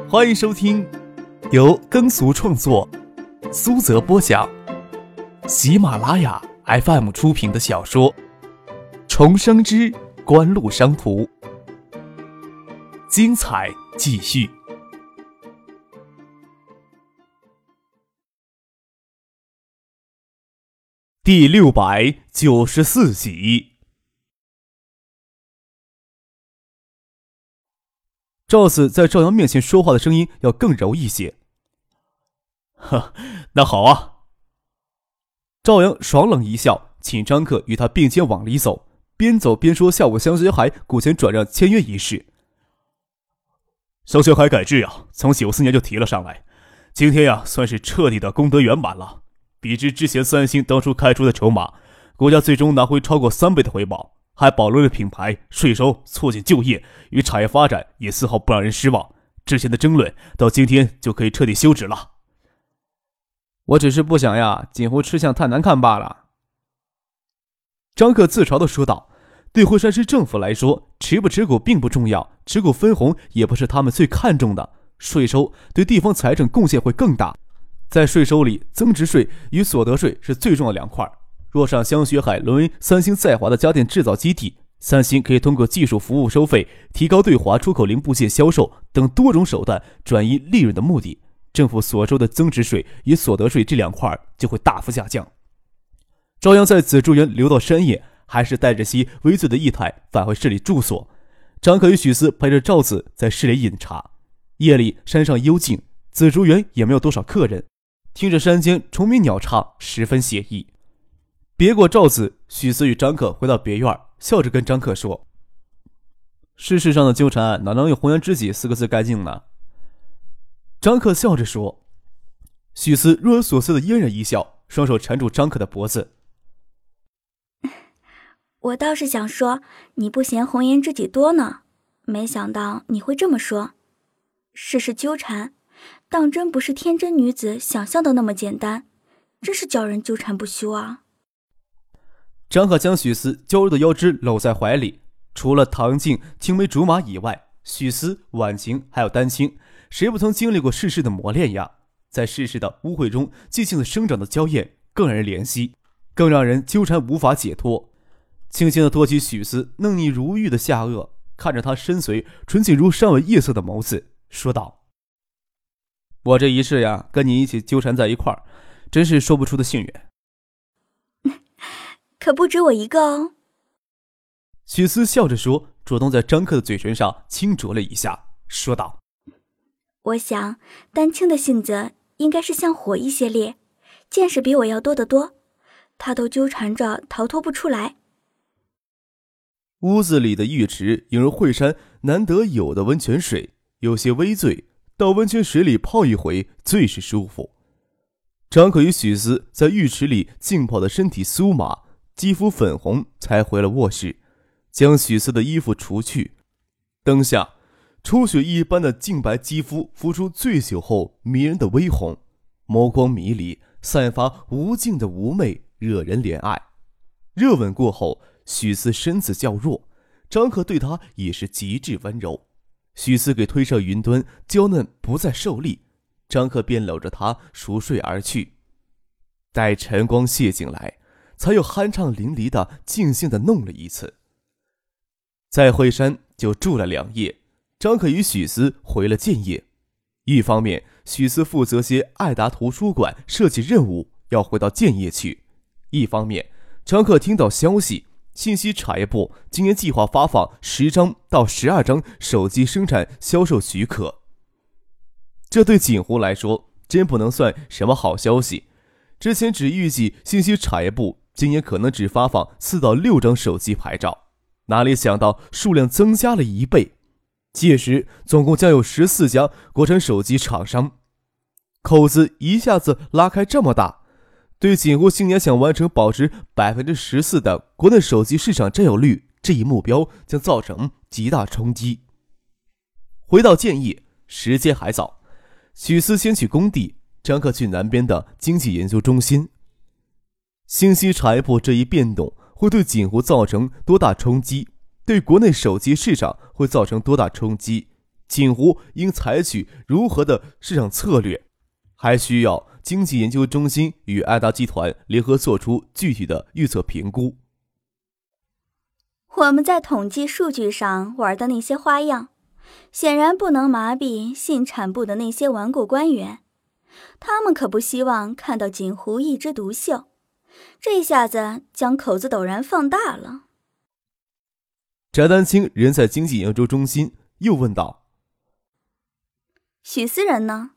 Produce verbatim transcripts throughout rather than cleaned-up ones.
欢迎收听由耕俗创作、苏泽播讲、喜马拉雅 F M 出品的小说《重生之官路商途》，精彩继续。第六百九十四集。赵子在赵阳面前说话的声音要更柔一些。呵，那好啊。赵阳爽冷一笑，请张克与他并肩往里走，边走边说下午香雪海股权转让签约一事。香雪海改制呀，从九四年就提了上来，今天呀算是彻底的功德圆满了。比之之前三星当初开出的筹码，国家最终拿回超过三倍的回报，还保留了品牌、税收，促进就业与产业发展，也丝毫不让人失望。之前的争论到今天就可以彻底休止了。我只是不想呀，锦湖吃相太难看罢了。张克自嘲地说道。对惠山市政府来说，持不持股并不重要，持股分红也不是他们最看重的，税收对地方财政贡献会更大。在税收里，增值税与所得税是最重要的两块。若让香雪海沦为三星在华的家电制造基地，三星可以通过技术服务收费、提高对华出口零部件销售等多种手段转移利润的目的，政府所收的增值税与所得税这两块就会大幅下降。朝阳在紫竹园留到深夜，还是带着些微醉的意态返回市里住所。张可与许思陪着赵子在市里饮茶。夜里山上幽静，紫竹园也没有多少客人，听着山间虫鸣鸟唱，十分写意。别过赵子，许思与张可回到别院，笑着跟张可说：世事上的纠缠哪能用红颜知己四个字概尽呢？张可笑着说。许思若有所思的嫣然一笑，双手缠住张可的脖子。 我倒是想说你不嫌红颜知己多呢，没想到你会这么说。世事纠缠当真不是天真女子想象的那么简单，真是叫人纠缠不休啊。张可将许思娇柔的腰肢搂在怀里，除了唐静青梅竹马以外，许思、婉晴还有丹青，谁不曾经历过世事的磨练呀？在世事的污秽中寂静地生长的娇艳更让人怜惜，更让人纠缠无法解脱。轻轻地托起许思嫩腻如玉的下颚，看着他深邃纯净如山尾夜色的眸子，说道：我这一世呀，跟你一起纠缠在一块儿，真是说不出的幸运。可不止我一个哦。许思笑着说，主动在张克的嘴唇上轻啄了一下，说道：我想丹青的性子应该是像火一些烈，见识比我要多得多，他都纠缠着逃脱不出来。屋子里的浴池犹如惠山难得有的温泉水，有些微醉，到温泉水里泡一回最是舒服。张可与许思在浴池里浸泡的身体酥麻，肌肤粉红，才回了卧室，将许思的衣服除去。灯下初雪一般的净白肌肤浮出醉酒后迷人的微红，眸光迷离，散发无尽的妩媚，惹人怜爱。热吻过后，许思身子较弱，张可对他也是极致温柔。许思给推上云端，娇嫩不再受力，张可便搂着她熟睡而去。待晨光泻进来，才又酣畅淋漓地静静地弄了一次。在惠山就住了两夜，张可与许思回了建业。一方面，许思负责些爱达图书馆设计任务，要回到建业去；一方面，张可听到消息，信息产业部今年计划发放十张到十二张手机生产销售许可。这对锦湖来说真不能算什么好消息。之前只预计信息产业部今年可能只发放四到六张手机牌照，哪里想到数量增加了一倍。届时总共将有十四家国产手机厂商，口子一下子拉开这么大，对锦湖今年想完成保持 百分之十四 的国内手机市场占有率这一目标将造成极大冲击。回到建业，时间还早，许思先去工地，张克去南边的经济研究中心。信息产业部这一变动会对锦湖造成多大冲击，对国内手机市场会造成多大冲击， 锦湖应采取如何的市场策略，还需要经济研究中心与爱达集团联合做出具体的预测评估。 我们在统计数据上玩的那些花样，显然不能麻痹信产部的那些顽固官员，他们可不希望看到锦湖一枝独秀，这下子将口子陡然放大了。 翟丹青人在经济研究中心，又问道： 许思人呢？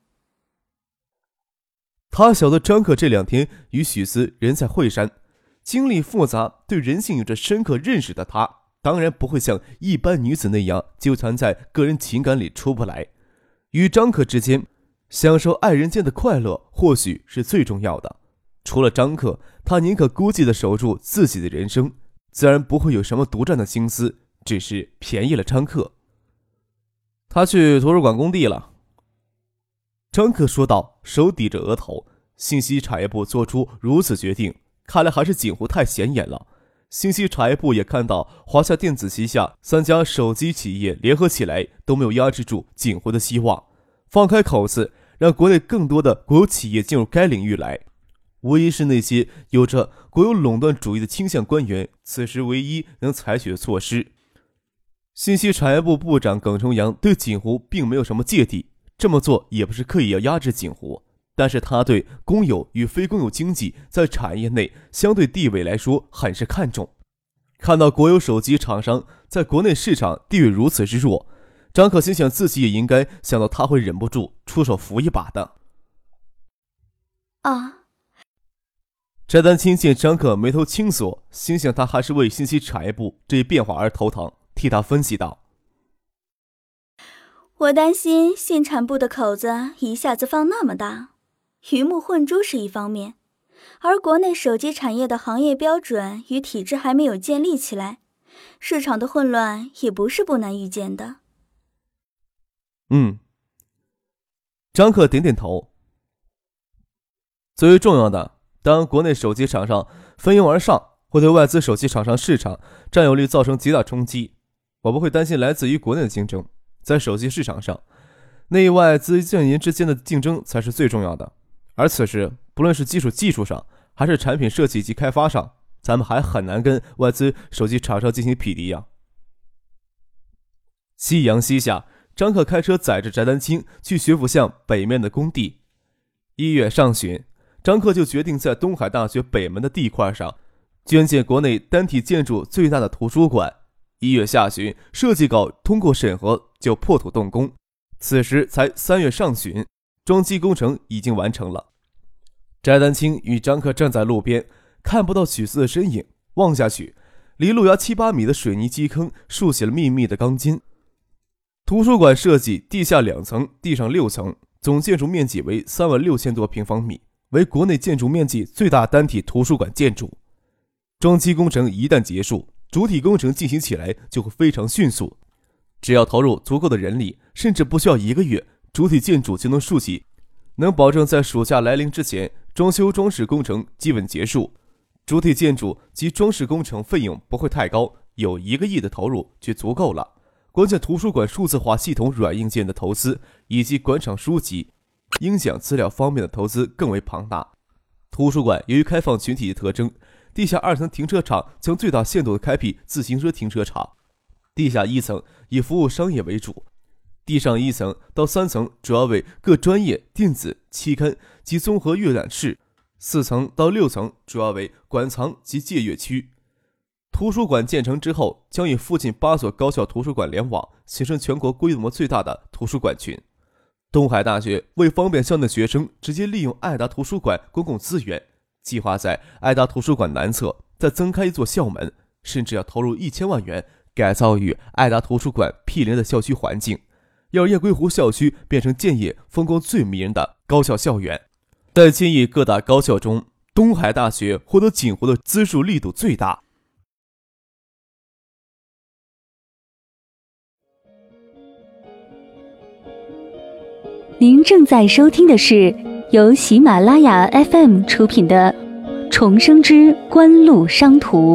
他晓得张克这两天与许思人在惠山，经历复杂，对人性有着深刻认识的他，当然不会像一般女子那样纠缠在个人情感里出不来。与张克之间，享受爱人间的快乐或许是最重要的。除了张克，他宁可孤寂地守住自己的人生，自然不会有什么独占的心思，只是便宜了张克。他去图书馆工地了。张克说道，手抵着额头。信息产业部做出如此决定，看来还是锦湖太显眼了。信息产业部也看到华夏电子旗下三家手机企业联合起来都没有压制住锦湖的希望，放开口子让国内更多的国有企业进入该领域来。无疑是那些有着国有垄断主义的倾向官员此时唯一能采取的措施。信息产业部部长耿崇阳对锦湖并没有什么芥蒂，这么做也不是刻意要压制锦湖，但是他对公有与非公有经济在产业内相对地位来说很是看重。看到国有手机厂商在国内市场地位如此之弱，张可心想自己也应该想到他会忍不住出手扶一把的。 啊！ 翟丹青见张可眉头轻锁，心想他还是为信息产业部这一变化而头疼，替他分析道： 我担心信产部的口子一下子放那么大，鱼目混珠是一方面，而国内手机产业的行业标准与体制还没有建立起来，市场的混乱也不是不难预见的。 嗯，张克点点头。最为重要的，当国内手机厂商蜂拥而上，会对外资手机厂商市场占有率造成极大冲击。我不会担心来自于国内的竞争，在手机市场上，内外资阵营之间的竞争才是最重要的。而此时，不论是基础技术上，还是产品设计及开发上，咱们还很难跟外资手机厂商进行匹敌呀。夕阳西下，张克开车载着翟丹青去学府巷北面的工地。一月上旬，张克就决定在东海大学北门的地块上捐建国内单体建筑最大的图书馆。一月下旬，设计稿通过审核就破土动工，此时才三月上旬，装机工程已经完成了。翟丹青与张克站在路边，看不到许思的身影，望下去，离路牙七八米的水泥基坑竖起了密密的钢筋。图书馆设计地下两层，地上六层，总建筑面积为三万六千多平方米，为国内建筑面积最大单体图书馆建筑。装机工程一旦结束，主体工程进行起来就会非常迅速，只要投入足够的人力，甚至不需要一个月，主体建筑就能竖起，能保证在暑假来临之前，装修装饰工程基本结束。主体建筑及装饰工程费用不会太高，有一个亿的投入就足够了。关键图书馆数字化系统软硬件的投资，以及馆场书籍、音响资料方面的投资更为庞大。图书馆由于开放群体的特征，地下二层停车场将最大限度地开辟自行车停车场，地下一层以服务商业为主，地上一层到三层主要为各专业、电子、期刊及综合阅览室，四层到六层主要为馆藏及借阅区。图书馆建成之后，将与附近八所高校图书馆联网，形成全国规模最大的图书馆群。东海大学为方便校内学生直接利用爱达图书馆公共资源，计划在爱达图书馆南侧再增开一座校门，甚至要投入一千万元改造与爱达图书馆毗邻的校区环境，要雁归湖校区变成建业风光最迷人的高校校园。在建业各大高校中，东海大学获得锦湖的资助力度最大。 您正在收听的是由喜马拉雅 F M 出品的《重生之官路商途》。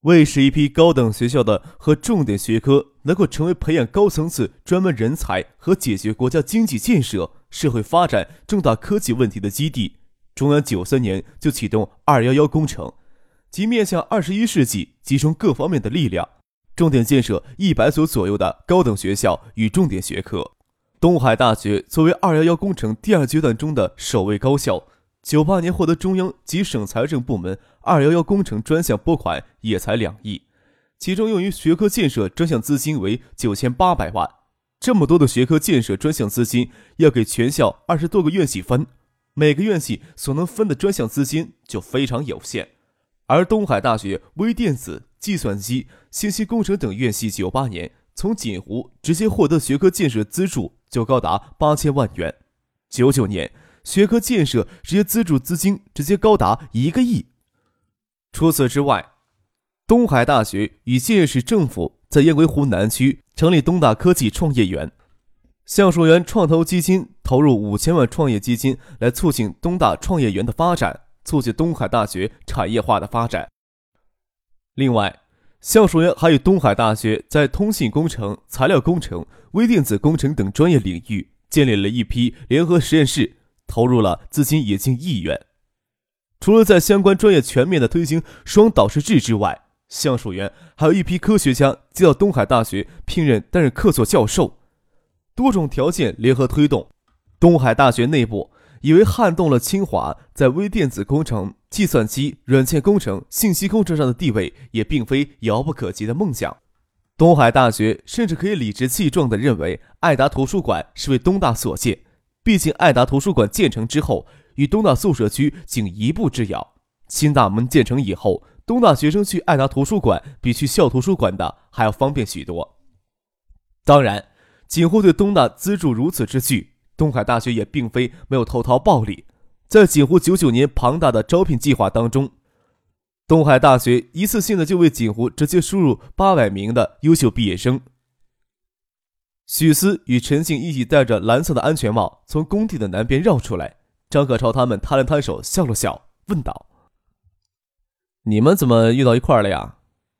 为使一批高等学校的和重点学科能够成为培养高层次专门人才和解决国家经济建设、社会发展重大科技问题的基地，中央九三年就启动二一一工程，即面向二十一世纪集中各方面的力量，重点建设一百所左右的高等学校与重点学科。东海大学作为二一一工程第二阶段中的首位高校，九八年获得中央及省财政部门二一一工程专项拨款也才两亿，其中用于学科建设专项资金为九千八百万。这么多的学科建设专项资金要给全校二十多个院系分，每个院系所能分的专项资金就非常有限。而东海大学微电子、计算机、信息工程等院系九八年从锦湖直接获得学科建设资助就高达八千万元，九九年学科建设直接资助资金直接高达一个亿。除此之外，东海大学与建业市政府在雁归湖南区成立东大科技创业园，橡树园创投基金投入五千万创业基金来促进东大创业园的发展，促进东海大学产业化的发展。另外，橡树园还与东海大学在通信工程、材料工程、微电子工程等专业领域建立了一批联合实验室，投入了资金也近亿元。除了在相关专业全面的推行双导师制之外，橡树园还有一批科学家接到东海大学聘任担任客座教授，多种条件联合推动，东海大学内部以为撼动了清华在微电子工程、计算机、软件工程、信息工程上的地位，也并非遥不可及的梦想。东海大学甚至可以理直气壮地认为爱达图书馆是为东大所建，毕竟爱达图书馆建成之后与东大宿舍区仅一步之遥，新大门建成以后，东大学生去爱达图书馆比去校图书馆的还要方便许多。当然，锦湖对东大资助如此之巨，东海大学也并非没有投桃报李。在锦湖九九年庞大的招聘计划当中，东海大学一次性的就为锦湖直接输入八百名的优秀毕业生。许思与陈静一起戴着蓝色的安全帽从工地的南边绕出来，张可朝他们摊了摊手，笑了笑，问道：你们怎么遇到一块了呀？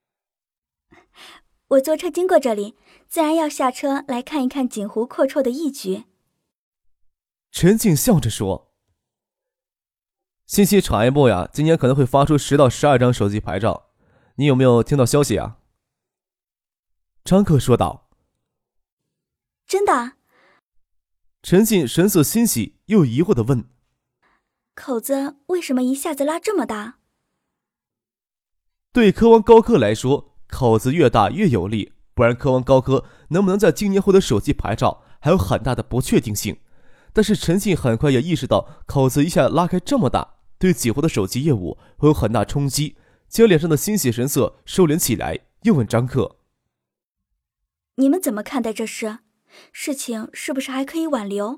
我坐车经过这里，自然要下车来看一看锦湖扩绰的义举。 陈静笑着说：信息产业部呀，今年可能会发出十到十二张手机牌照，你有没有听到消息啊？张克说道。 真的？ 陈静神色欣喜又疑惑地问： 口子为什么一下子拉这么大？ 对科王高科来说，口子越大越有利，不然科王高科能不能在今年获得手机牌照还有很大的不确定性。但是陈静很快也意识到口子一下拉开这么大，对锦湖的手机业务会有很大冲击，将脸上的欣喜神色收敛起来，又问张克： 你们怎么看待这事？事情是不是还可以挽留？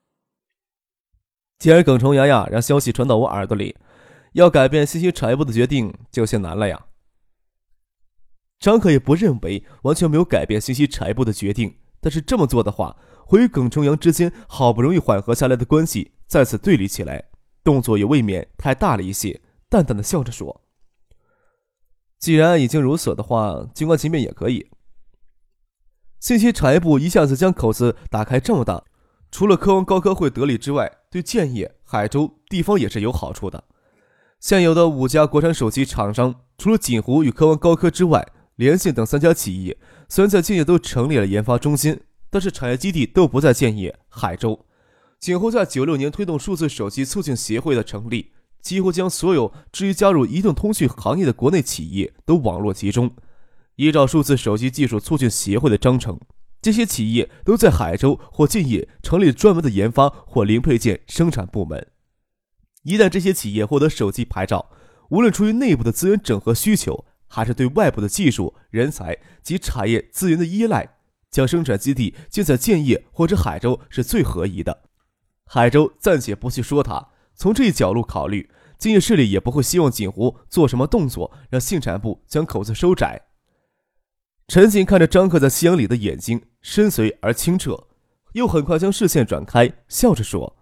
既然耿崇阳呀让消息传到我耳朵里，要改变信息产业部的决定就有些难了呀。张克也不认为完全没有改变信息产业部的决定，但是这么做的话，会与耿崇阳之间好不容易缓和下来的关系再次对立起来，动作也未免太大了一些，淡淡的笑着说：既然已经如此的话，静观其变也可以。信息产业部一下子将口子打开这么大，除了科王高科会得利之外，对建业、海州地方也是有好处的。现有的五家国产手机厂商，除了锦湖与科王高科之外，联信等三家企业虽然在建业都成立了研发中心，但是产业基地都不在建业、海州。锦湖在九六年推动数字手机促进协会的成立，几乎将所有至于加入移动通讯行业的国内企业都网络集中。依照数字手机技术促进协会的章程，这些企业都在海州或建业成立专门的研发或零配件生产部门。一旦这些企业获得手机牌照，无论出于内部的资源整合需求，还是对外部的技术、人才及产业资源的依赖，将生产基地建在建业或者海州是最合宜的。海州暂且不去说它，从这一角度考虑，建业势力也不会希望锦湖做什么动作让信产部将口子收窄。陈静看着张克在夕阳里的眼睛，深邃而清澈，又很快将视线转开，笑着说：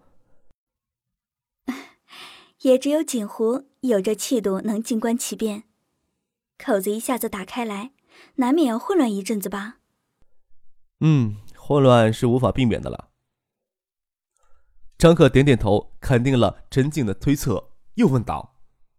也只有锦湖有着气度能静观其变。 口子一下子打开来，难免要混乱一阵子吧？ 嗯，混乱是无法避免的了。张克点点头，肯定了陈静的推测，又问道：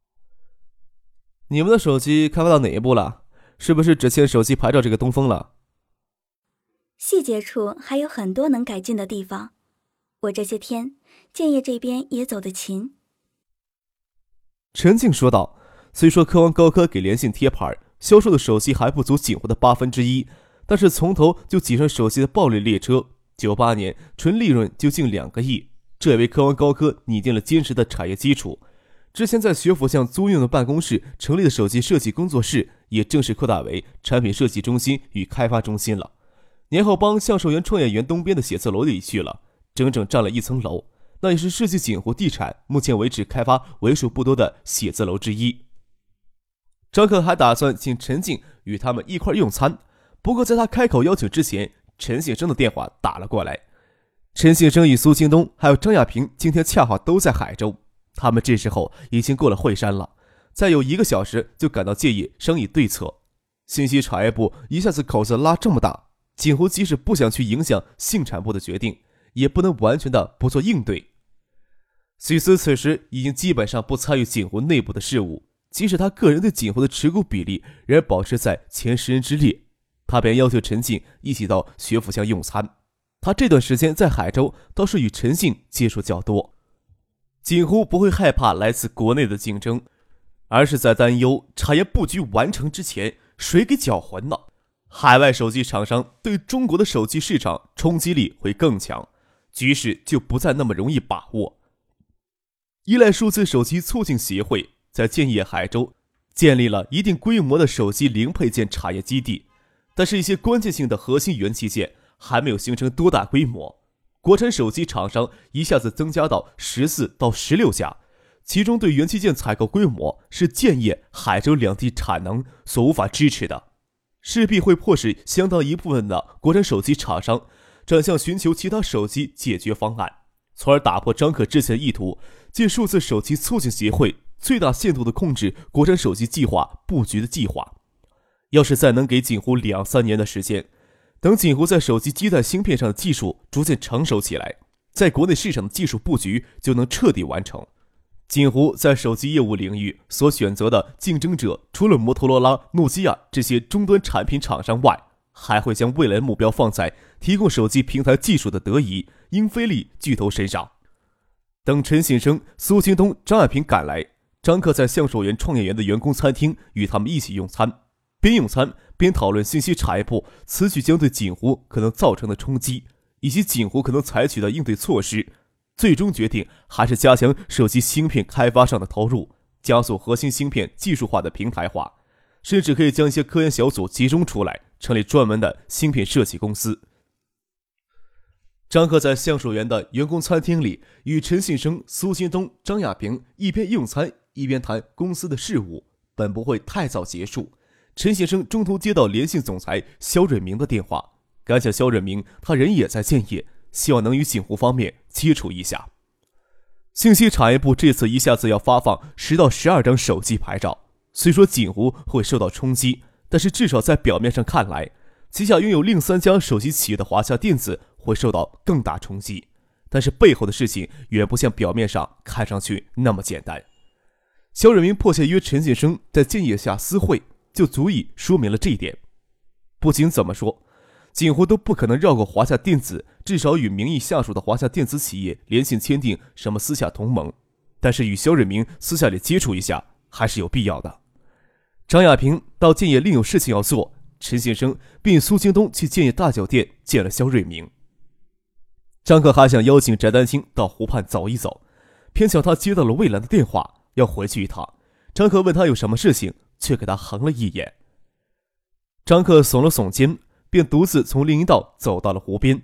你们的手机开发到哪一步了？是不是只欠手机牌照这个东风了？ 细节处还有很多能改进的地方，我这些天建业这边也走得勤。 陈静说道，虽说科王高科给联信贴牌，销售的手机还不足锦湖的八分之一，但是从头就挤上手机的暴利列车，九八年纯利润就近两个亿，这也为科王高科拟定了坚实的产业基础。之前在学府巷租用的办公室成立的手机设计工作室，也正式扩大为产品设计中心与开发中心了。年后帮橡树园创业园东边的写字楼里去了，整整占了一层楼，那也是世纪锦湖地产目前为止开发为数不多的写字楼之一。张克还打算请陈静与他们一块用餐，不过在他开口邀请之前，陈信生的电话打了过来。陈信生与苏京东还有张亚平今天恰好都在海州，他们这时候已经过了惠山了，再有一个小时就赶到建业商议对策。信息产业部一下子口子拉这么大，锦湖即使不想去影响信产部的决定，也不能完全的不做应对。许思此时已经基本上不参与锦湖内部的事务，即使他个人对锦湖的持股比例仍然保持在前十人之列，他便要求陈静一起到学府巷用餐。他这段时间在海州倒是与陈静接触较多。锦湖不会害怕来自国内的竞争，而是在担忧产业布局完成之前谁给搅浑了。海外手机厂商对中国的手机市场冲击力会更强，局势就不再那么容易把握。依赖数字手机促进协会在建业海州建立了一定规模的手机零配件产业基地，但是一些关键性的核心元器件还没有形成多大规模。国产手机厂商一下子增加到十四到十六家，其中对元器件采购规模是建业、海州两地产能所无法支持的，势必会迫使相当一部分的国产手机厂商转向寻求其他手机解决方案，从而打破张可之前的意图，借数字手机促进协会最大限度地控制国产手机计划布局的计划。要是再能给锦湖两三年的时间，等锦湖在手机基带芯片上的技术逐渐成熟起来，在国内市场的技术布局就能彻底完成。锦湖在手机业务领域所选择的竞争者，除了摩托罗拉、诺基亚这些终端产品厂商外，还会将未来目标放在提供手机平台技术的德仪、英飞利巨头身上。等陈信生、苏京东、张亚平赶来，张克在橡树园创业园的员工餐厅与他们一起用餐，边用餐边讨论信息产业部此举将对锦湖可能造成的冲击，以及锦湖可能采取的应对措施。最终决定还是加强手机芯片开发上的投入，加速核心芯片技术化的平台化，甚至可以将一些科研小组集中出来，成立专门的芯片设计公司。张克在橡树园的员工餐厅里与陈信生、苏京东、张亚平一边用餐一边谈公司的事务，本不会太早结束。陈信生中途接到联信总裁肖润明的电话，感谢肖润明他人也在建业，希望能与锦湖方面接触一下。信息产业部这次一下子要发放十到十二张手机牌照，虽说锦湖会受到冲击，但是至少在表面上看来，旗下拥有另三家手机企业的华夏电子会受到更大冲击。但是背后的事情远不像表面上看上去那么简单。肖润明迫切约陈信生在建业下私会，就足以说明了这一点。不仅怎么说，锦湖都不可能绕过华夏电子，至少与名义下属的华夏电子企业联信签订什么私下同盟，但是与肖润明私下里接触一下还是有必要的。张亚平到建业另有事情要做，陈先生并苏京东去建业大酒店见了肖瑞明。张克还想邀请翟丹青到湖畔走一走，偏巧他接到了魏兰的电话，要回去一趟。张克问他有什么事情，却给他横了一眼。张克耸了耸肩，便独自从另一道走到了湖边。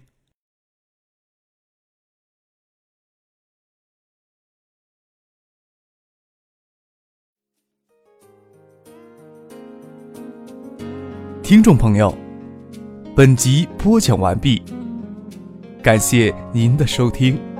听众朋友，本集播讲完毕，感谢您的收听。